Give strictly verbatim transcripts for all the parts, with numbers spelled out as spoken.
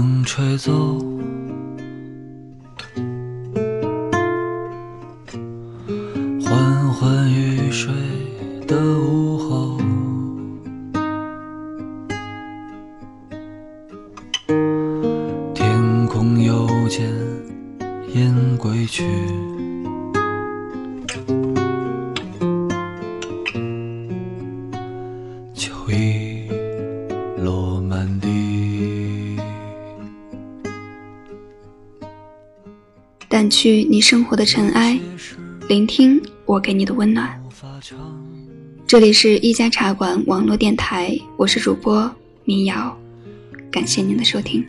风吹走，缓缓欲睡的午后，天空又见雁归去，秋意落满地。 掸去你生活的尘埃，聆听我给你的温暖。这里是一家茶馆网络电台，我是主播民谣，感谢您的收听。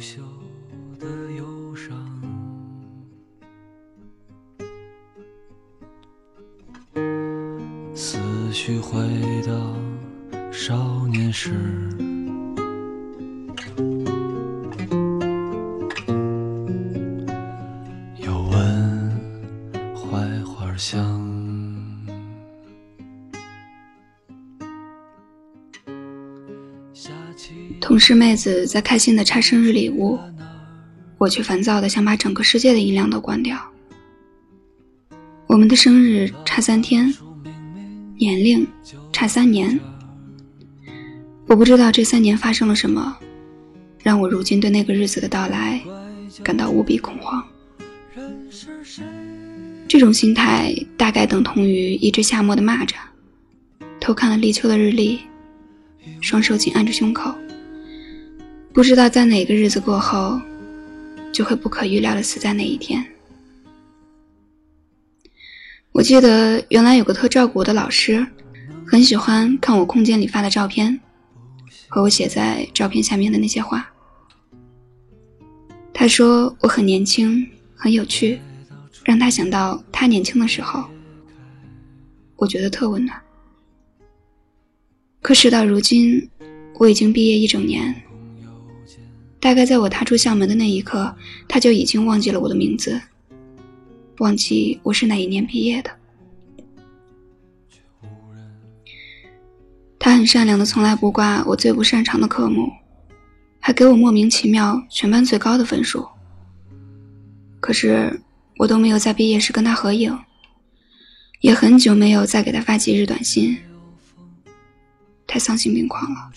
思绪回到少年时，又闻槐花香。 同事妹子在开心的拆生日礼物，我却烦躁的想把整个世界的音量都关掉。我们的生日差三天，年龄差三年，我不知道这三年发生了什么，让我如今对那个日子的到来感到无比恐慌。这种心态大概等同于一只夏末的蚂蚱，偷看了立秋的日历，双手紧按着胸口，不知道在哪个日子过后，就会不可预料地死在那一天。我记得原来有个特照顾我的老师，很喜欢看我空间里发的照片，和我写在照片下面的那些话。他说我很年轻，很有趣，让他想到他年轻的时候，我觉得特温暖。可事到如今，我已经毕业一整年，大概在我踏出校门的那一刻，他就已经忘记了我的名字，忘记我是哪一年毕业的。他很善良的从来不挂我最不擅长的科目，还给我莫名其妙全班最高的分数。可是我都没有在毕业时跟他合影，也很久没有再给他发几日短信，太丧心病狂了。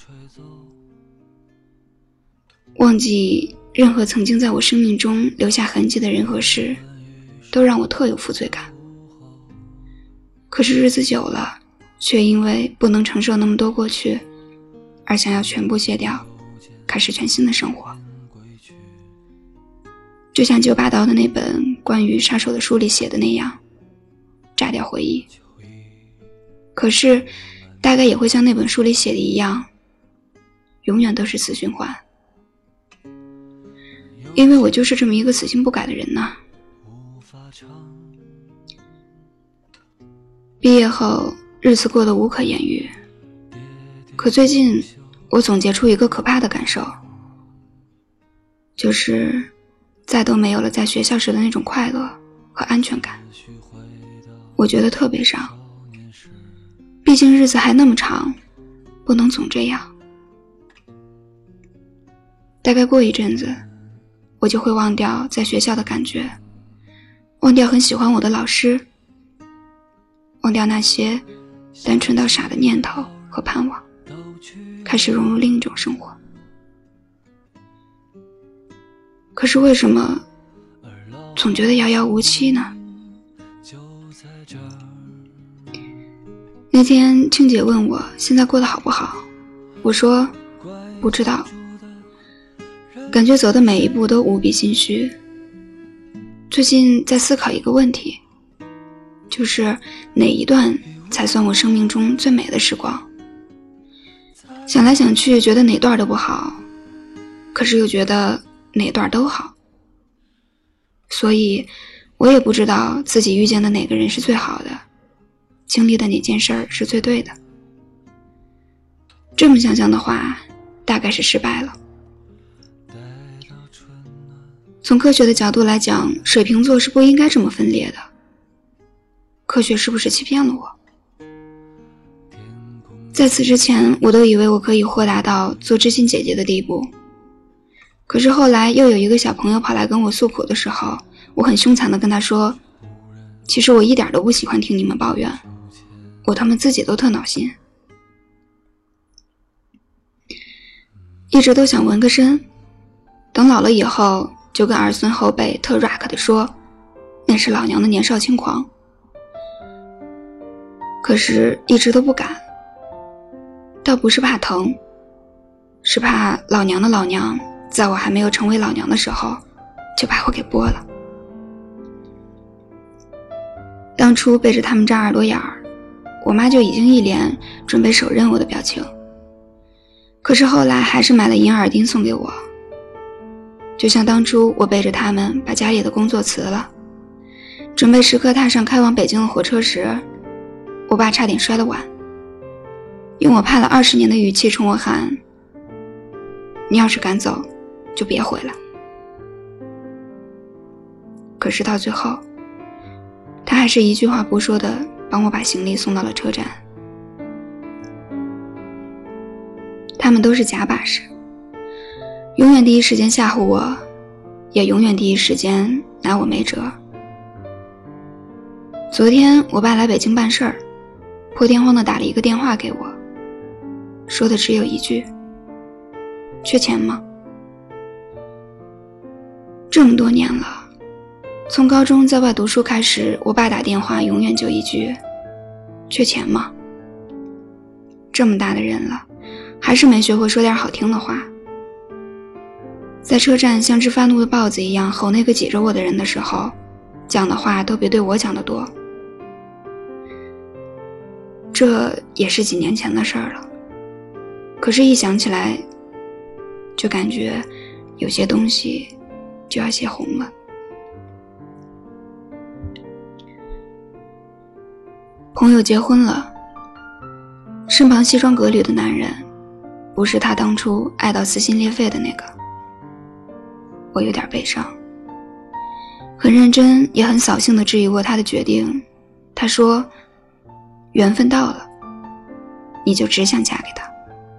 忘记任何曾经在我生命中留下痕迹的人和事，都让我特有负罪感。可是日子久了，却因为不能承受那么多过去，而想要全部卸掉，开始全新的生活。就像九把刀的那本关于杀手的书里写的那样，炸掉回忆。可是大概也会像那本书里写的一样，永远都是死循环。因为我就是这么一个死性不改的人呢。毕业后日子过得无可言喻，可最近我总结出一个可怕的感受，就是再都没有了在学校时的那种快乐和安全感。我觉得特别伤，毕竟日子还那么长，不能总这样。大概过一阵子，我就会忘掉在学校的感觉，忘掉很喜欢我的老师，忘掉那些单纯到傻的念头和盼望，开始融入另一种生活。可是为什么总觉得遥遥无期呢？那天青姐问我现在过得好不好，我说不知道，感觉走的每一步都无比心虚。最近在思考一个问题，就是哪一段才算我生命中最美的时光。想来想去，觉得哪段都不好，可是又觉得哪段都好，所以我也不知道自己遇见的哪个人是最好的，经历的哪件事儿是最对的。这么想想的话，大概是失败了。从科学的角度来讲，水瓶座是不应该这么分裂的，科学是不是欺骗了我？在此之前，我都以为我可以豁达到做知心姐姐的地步， 可是后来又有一个小朋友跑来跟我诉苦的时候，我很凶残地跟他说，其实我一点都不喜欢听你们抱怨，我他们自己都特恼心。一直都想纹个身，等老了以后就跟儿孙后辈特 rock 地说，那是老娘的年少轻狂。可是一直都不敢，倒不是怕疼，是怕老娘的老娘在我还没有成为老娘的时候就把我给剥了。当初背着他们扎耳朵眼儿，我妈就已经一脸准备手刃我的表情，可是后来还是买了银耳钉送给我。就像当初我背着他们把家里的工作辞了，准备时刻踏上开往北京的火车时，我爸差点摔了碗，用我怕了二十年的语气冲我喊，你要是敢走就别回来。可是到最后他还是一句话不说的帮我把行李送到了车站。他们都是假把式，永远第一时间吓唬我，也永远第一时间拿我没辙。昨天我爸来北京办事儿，破天荒地打了一个电话给我，说的只有一句，缺钱吗？这么多年了，从高中在外读书开始，我爸打电话永远就一句，缺钱吗？这么大的人了，还是没学会说点好听的话。在车站像只发怒的豹子一样吼那个挤着我的人的时候，讲的话都比对我讲的多。这也是几年前的事儿了，可是一想起来就感觉有些东西就要泄洪了。朋友结婚了，身旁西装革履的男人不是他当初爱到撕心裂肺的那个。我有点悲伤，很认真也很扫兴地质疑过他的决定。他说，缘分到了，你就只想嫁给他。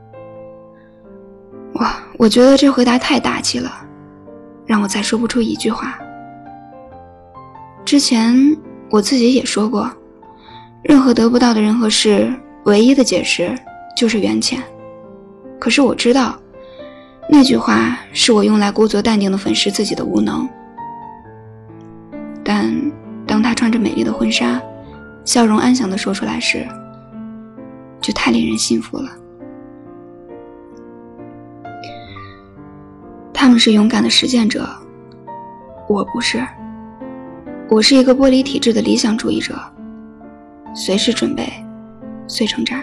哇，我觉得这回答太大气了，让我再说不出一句话。之前我自己也说过，任何得不到的人和事，唯一的解释就是缘浅。可是我知道，那句话是我用来故作淡定地粉饰自己的无能。但当他穿着美丽的婚纱，笑容安详地说出来时，就太令人信服了。他们是勇敢的实践者，我不是。我是一个玻璃体质的理想主义者，随时准备碎成渣。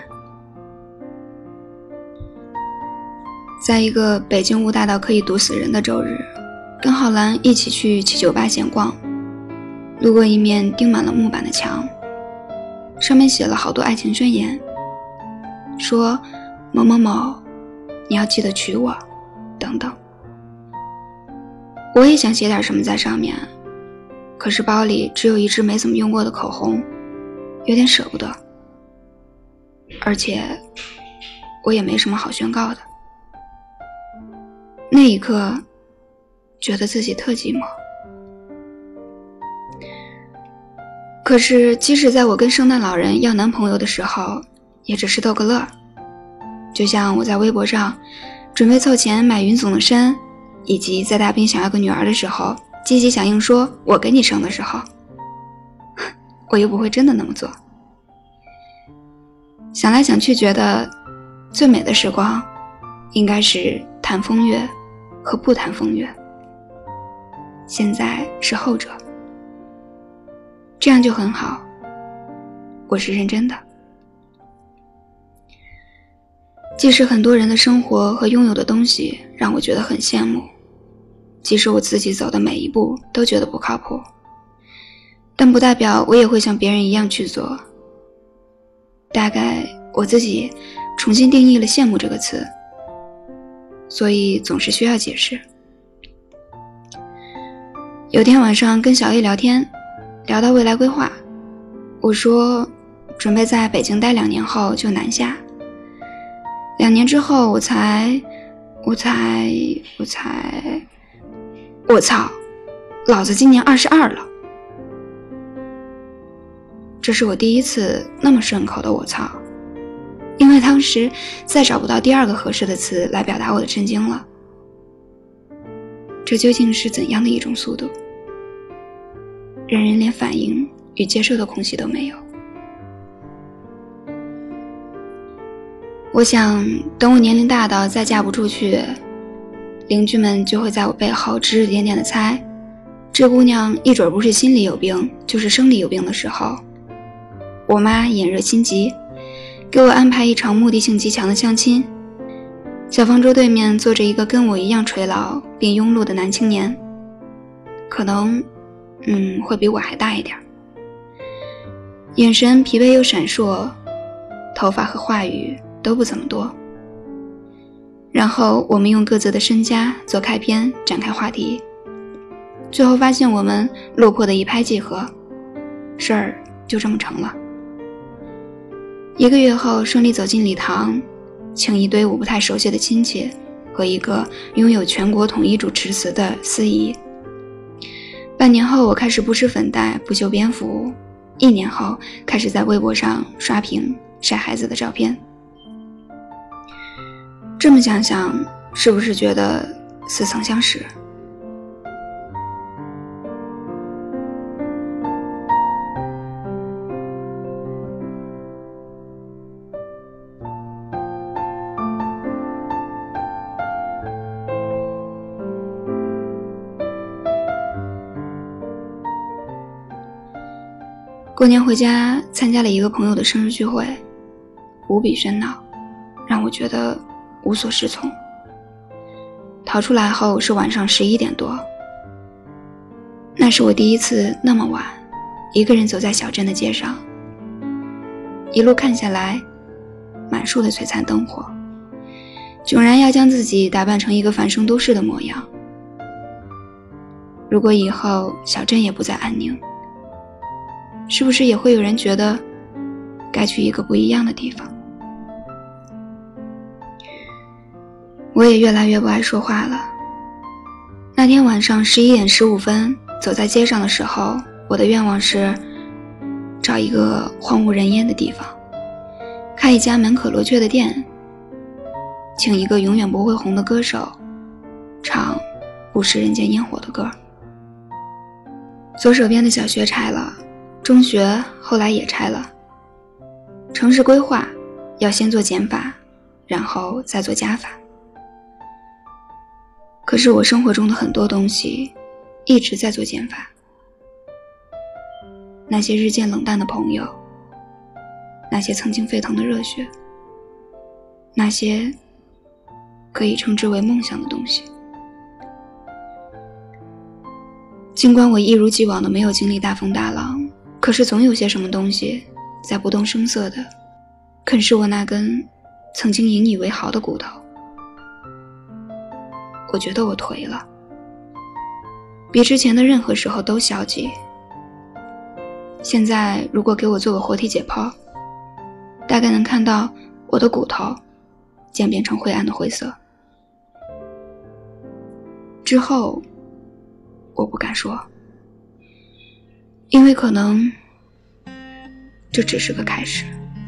在一个北京雾大到可以毒死人的周日，跟浩兰一起去七九八闲逛，路过一面钉满了木板的墙，上面写了好多爱情宣言，说某某某你要记得娶我等等。我也想写点什么在上面，可是包里只有一支没怎么用过的口红，有点舍不得，而且我也没什么好宣告的。那一刻觉得自己特寂寞。可是即使在我跟圣诞老人要男朋友的时候，也只是逗个乐。就像我在微博上准备凑钱买云总的山，以及在大兵想要个女儿的时候积极响应说我给你生的时候，我又不会真的那么做。想来想去，觉得最美的时光应该是谈风月和不谈风月，现在是后者，这样就很好，我是认真的。即使很多人的生活和拥有的东西让我觉得很羡慕，即使我自己走的每一步都觉得不靠谱，但不代表我也会像别人一样去做。大概我自己重新定义了羡慕这个词，所以总是需要解释。有天晚上跟小 A 聊天，聊到未来规划，我说准备在北京待两年后就南下，两年之后我才我才我才我操，老子今年二十二了。这是我第一次那么顺口的我操，因为当时再找不到第二个合适的词来表达我的震惊了。这究竟是怎样的一种速度，让人连反应与接受的空隙都没有？我想等我年龄大到再嫁不出去，邻居们就会在我背后指指点点的猜，这姑娘一准不是心里有病就是生理有病的时候，我妈眼热心急，给我安排一场目的性极强的相亲。小方桌对面坐着一个跟我一样垂老并庸碌的男青年，可能嗯会比我还大一点，眼神疲惫又闪烁，头发和话语都不怎么多。然后我们用各自的身家做开篇，展开话题，最后发现我们落魄的一拍即合，事儿就这么成了。一个月后顺利走进礼堂，请一堆我不太熟悉的亲戚和一个拥有全国统一主持词的司仪。半年后我开始不施粉黛不修边幅，一年后开始在微博上刷屏晒孩子的照片。这么想想，是不是觉得似曾相识？过年回家参加了一个朋友的生日聚会，无比喧闹，让我觉得无所适从。逃出来后是晚上十一点多，那是我第一次那么晚一个人走在小镇的街上，一路看下来，满树的璀璨灯火，迥然要将自己打扮成一个繁盛都市的模样。如果以后小镇也不再安宁，是不是也会有人觉得该去一个不一样的地方？我也越来越不爱说话了。那天晚上十一点十五分走在街上的时候，我的愿望是找一个荒无人烟的地方，开一家门可罗雀的店，请一个永远不会红的歌手唱不食人间烟火的歌。左手边的小学拆了，中学后来也拆了。城市规划要先做减法，然后再做加法。可是我生活中的很多东西一直在做减法。那些日渐冷淡的朋友，那些曾经沸腾的热血，那些可以称之为梦想的东西。尽管我一如既往的没有经历大风大浪，可是总有些什么东西在不动声色的啃噬我那根曾经引以为豪的骨头。我觉得我颓了，比之前的任何时候都消极。现在如果给我做个活体解剖，大概能看到我的骨头渐变成灰暗的灰色。之后我不敢说，因为可能这只是个开始。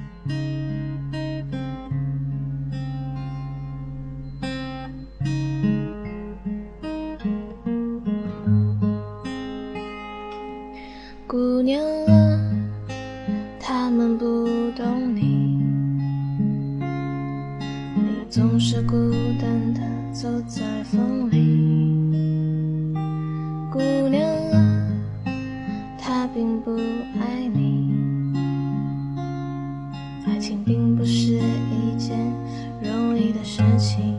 姑娘啊，他们不懂你，你总是孤单地走在风里。姑娘啊，他并不爱你，爱情并不是一件容易的事情。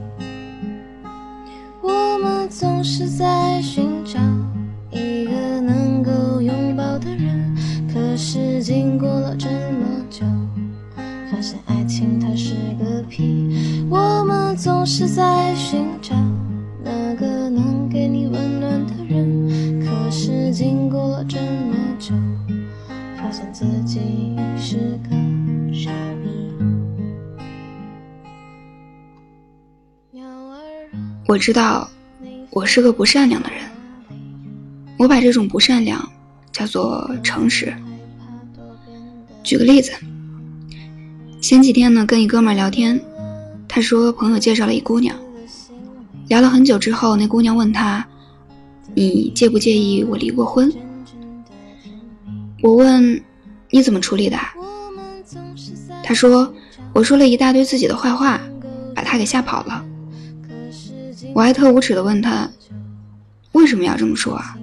我们总是在寻找一个能够拥抱的人，可是经过了这么久，发现爱情它是个屁。我们总是在寻找那个能给你温暖的人，可是经过了这么久，发现自己是个傻逼。鸟儿啊， 我知道我是个不善良的人，我把这种不善良叫做诚实。举个例子，前几天呢跟一哥们儿聊天，他说朋友介绍了一姑娘，聊了很久之后，那姑娘问他，你介不介意我离过婚？我问你怎么处理的？他说我说了一大堆自己的坏话，把他给吓跑了。我还特无耻地问他为什么要这么说啊？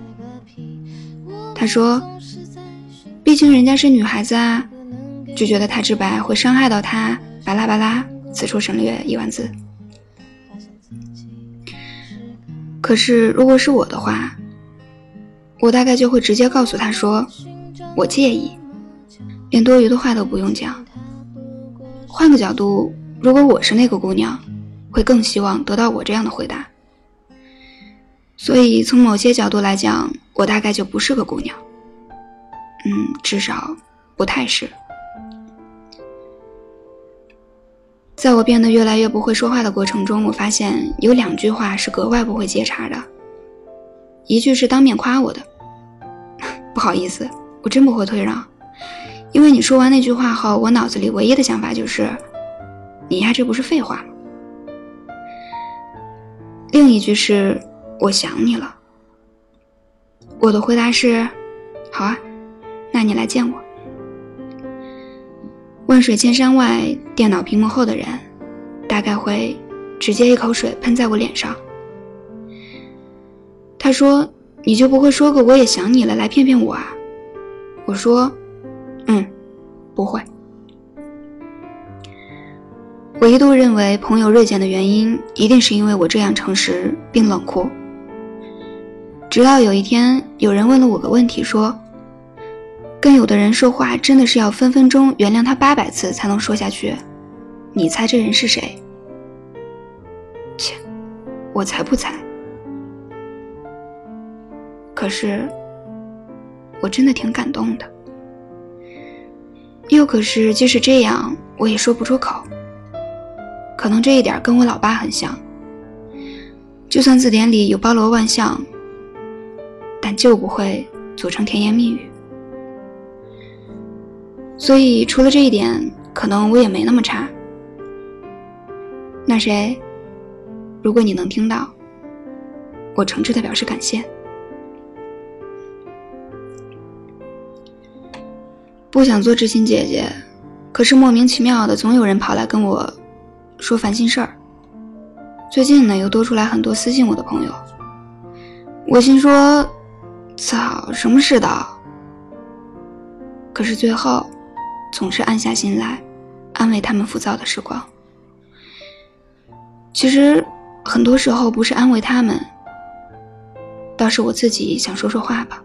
他说毕竟人家是女孩子啊，就觉得太直白会伤害到她，巴拉巴拉，此处省略一万字。可是如果是我的话，我大概就会直接告诉他说我介意，连多余的话都不用讲。换个角度，如果我是那个姑娘，会更希望得到我这样的回答。所以从某些角度来讲，我大概就不是个姑娘，嗯，至少不太是。在我变得越来越不会说话的过程中，我发现有两句话是格外不会接茬的。一句是当面夸我的，不好意思，我真不会退让，因为你说完那句话后，我脑子里唯一的想法就是你呀，这不是废话吗？另一句是我想你了，我的回答是好啊，那你来见我。万水千山外，电脑屏幕后的人大概会直接一口水喷在我脸上。他说你就不会说个我也想你了来骗骗我啊？我说嗯，不会。我一度认为朋友锐减的原因一定是因为我这样诚实并冷酷，直到有一天有人问了我个问题，说跟有的人说话真的是要分分钟原谅他八百次才能说下去，你猜这人是谁？切，我才不猜。可是我真的挺感动的，又可是即使这样我也说不出口。可能这一点跟我老爸很像，就算字典里有包罗万象，但就不会组成甜言蜜语。所以除了这一点，可能我也没那么差。那谁，如果你能听到，我诚挚地表示感谢。不想做知心姐姐，可是莫名其妙的总有人跑来跟我说烦心事儿。最近呢又多出来很多私信我的朋友，我心说操，什么世道？可是最后总是暗下心来安慰他们浮躁的时光。其实很多时候不是安慰他们，倒是我自己想说说话吧。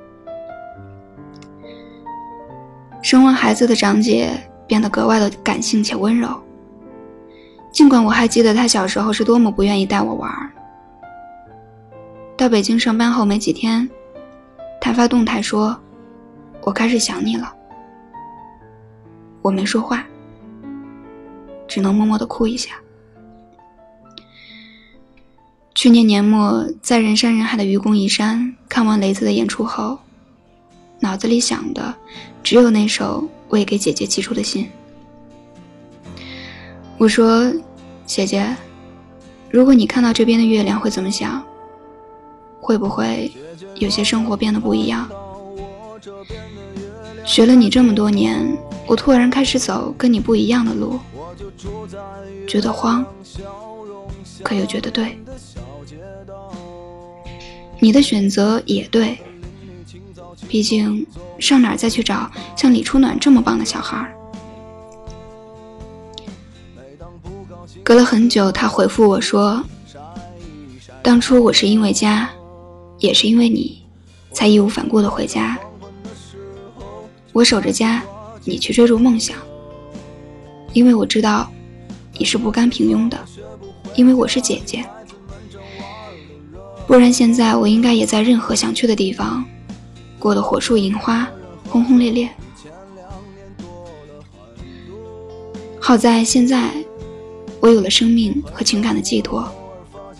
生完孩子的长姐变得格外的感性且温柔，尽管我还记得她小时候是多么不愿意带我玩。到北京上班后没几天，她发动态说我开始想你了。我没说话，只能默默地哭一下。去年年末在人山人海的愚公移山看完雷子的演出后，脑子里想的只有那首为给姐姐寄出的信。我说姐姐，如果你看到这边的月亮会怎么想？会不会有些生活变得不一样？学了你这么多年，我突然开始走跟你不一样的路，觉得慌，可又觉得对。你的选择也对，毕竟上哪儿再去找像李初暖这么棒的小孩？隔了很久，他回复我说，当初我是因为家，也是因为你，才义无反顾地回家。我守着家，你去追逐梦想，因为我知道你是不甘平庸的，因为我是姐姐。不然现在我应该也在任何想去的地方，过得火树银花，轰轰烈烈。好在现在我有了生命和情感的寄托，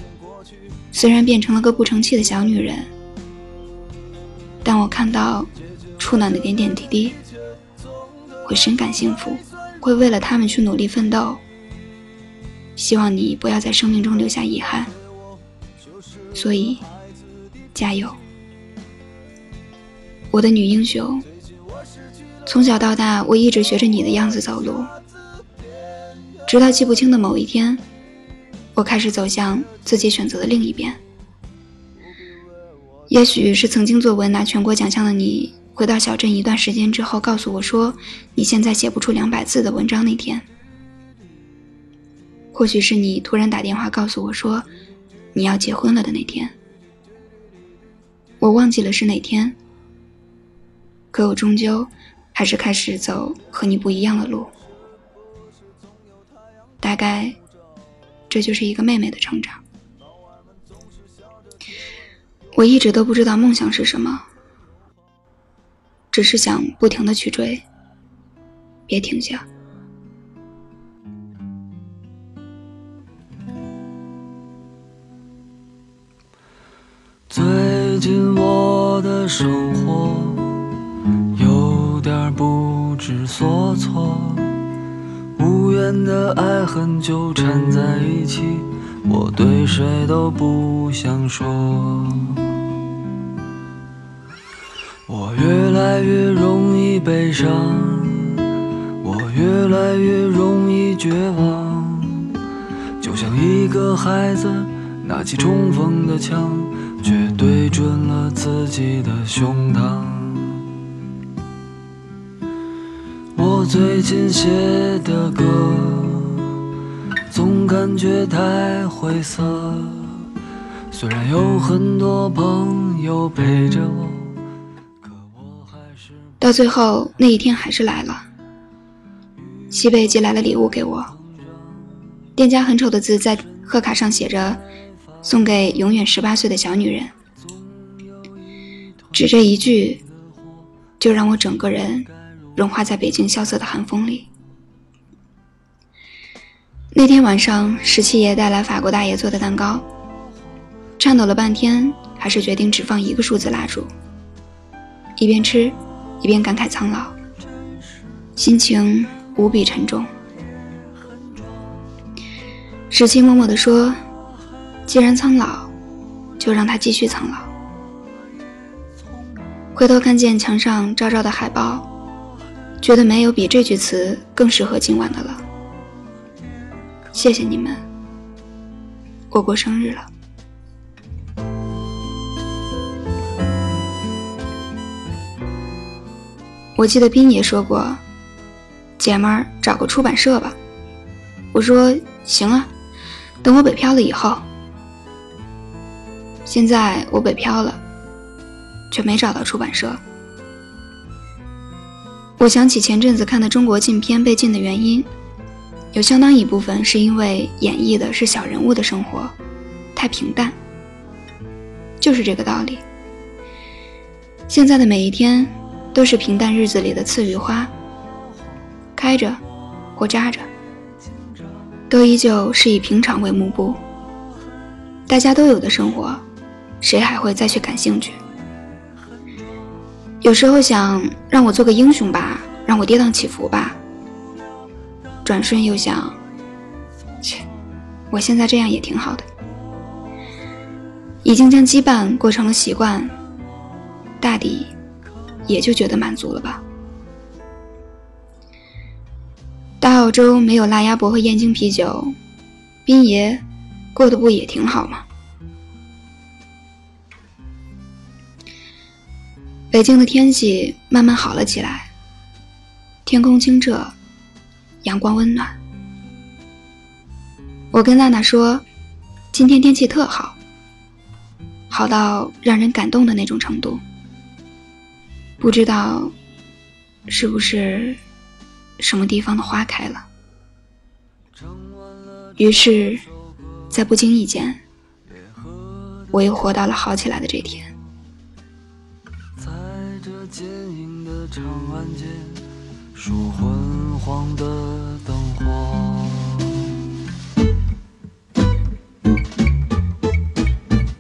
虽然变成了个不成器的小女人，但我看到处男的点点滴滴，会深感幸福，会为了他们去努力奋斗。希望你不要在生命中留下遗憾，所以加油，我的女英雄。从小到大，我一直学着你的样子走路，直到记不清的某一天，我开始走向自己选择的另一边。也许是曾经作文拿全国奖项的你，回到小镇一段时间之后告诉我说你现在写不出两百字的文章那天，或许是你突然打电话告诉我说你要结婚了的那天，我忘记了是哪天，可我终究还是开始走和你不一样的路。大概这就是一个妹妹的成长。我一直都不知道梦想是什么，只是想不停地去追，别停下。 最近我的生活有点不知所措，无缘的爱恨纠缠在一起，我对谁都不想说。我越来越容易悲伤，我越来越容易绝望，就像一个孩子拿起冲锋的枪，却对准了自己的胸膛。我最近写的歌总感觉太灰色，虽然有很多朋友陪着我，可我还是到最后那一天还是来了。西贝寄来了礼物给我，店家很丑的字在贺卡上写着送给永远十八岁的小女人，只这一句就让我整个人融化在北京萧瑟的寒风里。那天晚上，十七爷带来法国大爷做的蛋糕，颤抖了半天，还是决定只放一个数字蜡烛，一边吃一边感慨苍老，心情无比沉重。十七默默地说，既然苍老，就让他继续苍老。回头看见墙上昭昭的海报，觉得没有比这句词更适合今晚的了。谢谢你们，我过生日了。我记得斌爷说过，姐们儿找个出版社吧。我说行啊，等我北漂了以后。现在我北漂了，却没找到出版社。我想起前阵子看的中国禁片被禁的原因，有相当一部分是因为演绎的是小人物的生活，太平淡。就是这个道理。现在的每一天都是平淡日子里的刺羽花，开着或扎着，都依旧是以平常为幕布。大家都有的生活，谁还会再去感兴趣？有时候想让我做个英雄吧，让我跌宕起伏吧，转瞬又想，切，我现在这样也挺好的。已经将羁绊过成了习惯，大抵也就觉得满足了吧。大澳洲没有辣鸭脖和燕京啤酒，斌爷过得不也挺好吗？北京的天气慢慢好了起来，天空清澈，阳光温暖。我跟娜娜说，今天天气特好，好到让人感动的那种程度。不知道是不是什么地方的花开了。于是在不经意间，我又活到了好起来的这天。 在这坚硬的长安街，数昏黄的灯火。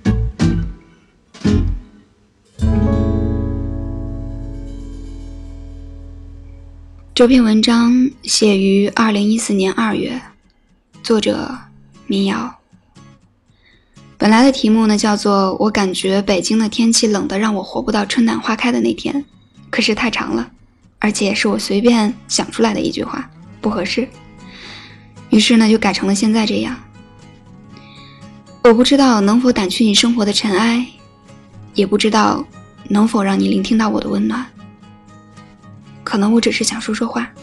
这篇文章写于二零一四年二月，作者民谣。本来的题目呢叫做我感觉北京的天气冷得让我活不到春暖花开的那天，可是太长了，而且是我随便想出来的一句话，不合适，于是呢就改成了现在这样。我不知道能否掸去你生活的尘埃，也不知道能否让你聆听到我的温暖，可能我只是想说说话。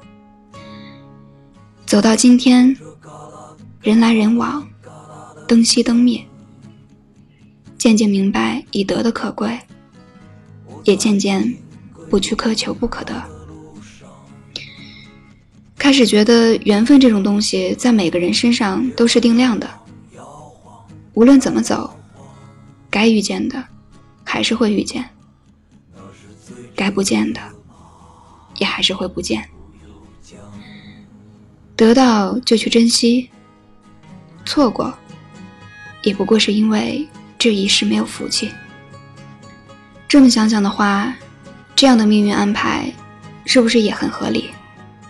走到今天，人来人往，灯熄灯灭，渐渐明白以德的可贵，也渐渐不去苛求不可得。开始觉得缘分这种东西在每个人身上都是定量的，无论怎么走，该遇见的还是会遇见，该不见的也还是会不见。得到就去珍惜，错过也不过是因为这一世没有福气。这么想想的话，这样的命运安排是不是也很合理？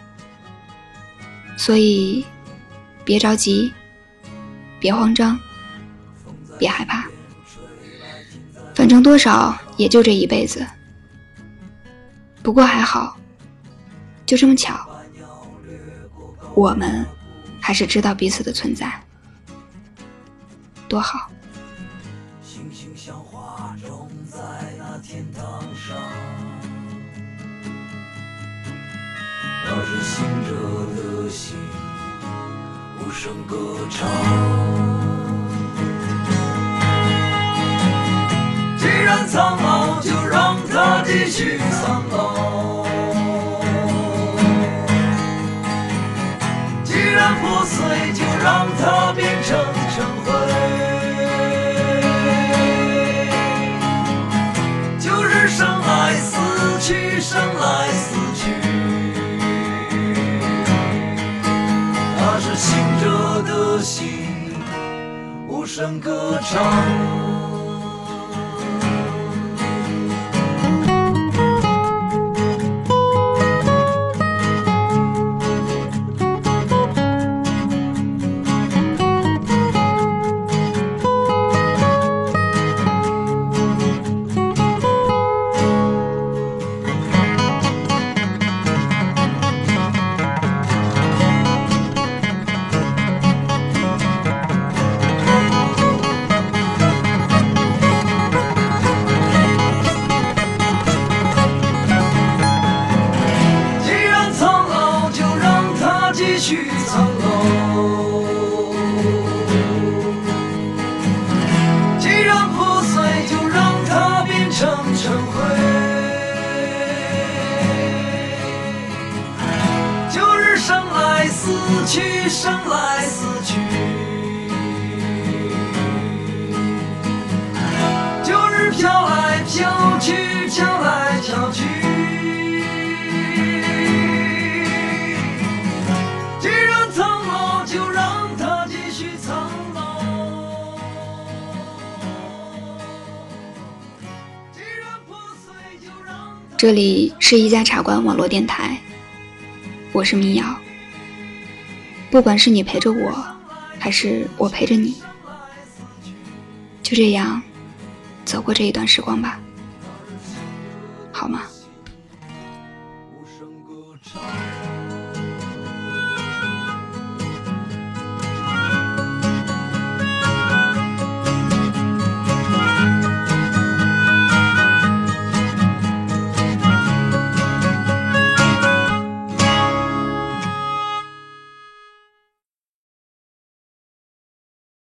所以别着急，别慌张，别害怕，反正多少也就这一辈子。不过还好，就这么巧，我们还是知道彼此的存在，多好。 星星像花种在那天堂上，那是醒着的心无声歌唱。既然苍老，就让它继续苍老，既然破碎，就让它变成尘灰。就是生来死去，生来死去，那是醒着的心无声歌唱。死去，生来死去，就是飘来飘去，飘来飘去。既然苍老，就让它继续苍老。既然破碎，就让它。 这里是一家茶馆网络电台，我是民谣。不管是你陪着我，还是我陪着你，就这样走过这一段时光吧，好吗？ 无声歌唱。